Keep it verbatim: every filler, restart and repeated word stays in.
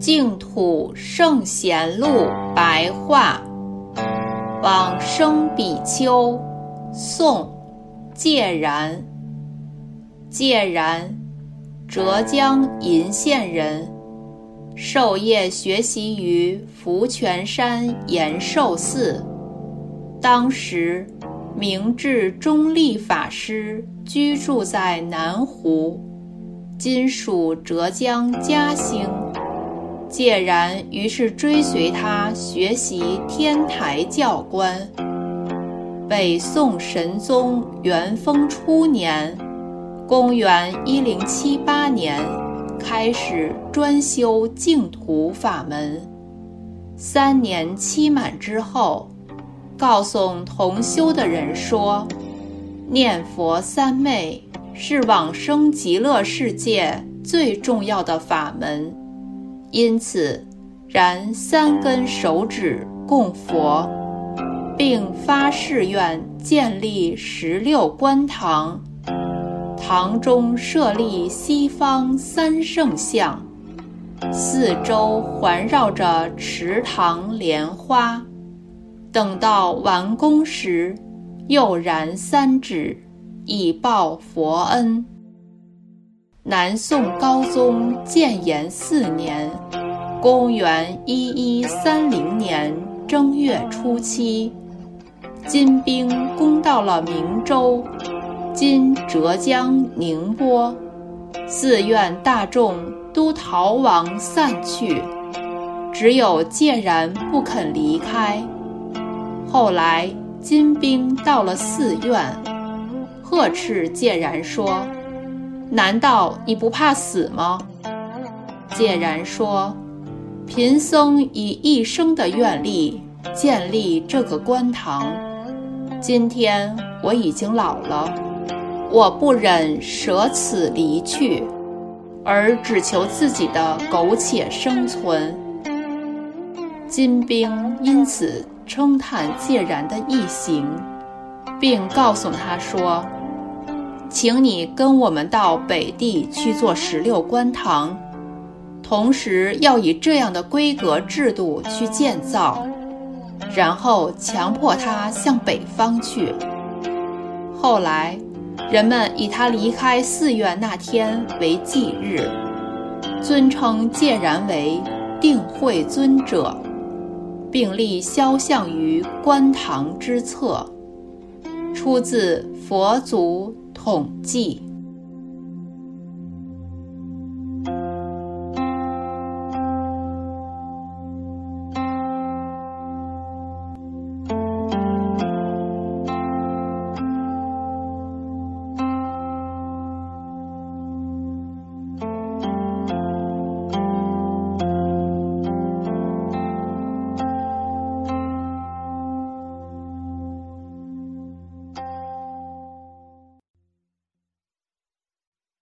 净土圣贤录白话，往生比丘，宋，介然。介然，浙江鄞县人，授业学习于福泉山延寿寺。当时，明智中立法师居住在南湖，今属浙江嘉兴。介然于是追随他学习天台教观。北宋神宗元丰初年，公元一零七八年，开始专修净土法门。三年期满之后，告诉同修的人说，念佛三昧是往生极乐世界最重要的法门，因此燃三根手指供佛，并发誓愿建立十六观堂，堂中设立西方三圣像，四周环绕着池塘莲花。等到完工时，又燃三指，以报佛恩。南宋高宗建炎四年，公元一一三零年正月初七，金兵攻到了明州，今浙江宁波，寺院大众都逃亡散去，只有介然不肯离开。后来金兵到了寺院，呵斥介然说，难道你不怕死吗？介然说，贫僧以一生的愿力建立这个观堂，今天我已经老了，我不忍舍此离去，而只求自己的苟且生存。金兵因此称叹介然的义行，并告诉他说，请你跟我们到北地去做十六观堂，同时要以这样的规格制度去建造，然后强迫他向北方去。后来人们以他离开寺院那天为忌日，尊称介然为定慧尊者，并立肖像于观堂之侧，出自《佛祖统记》。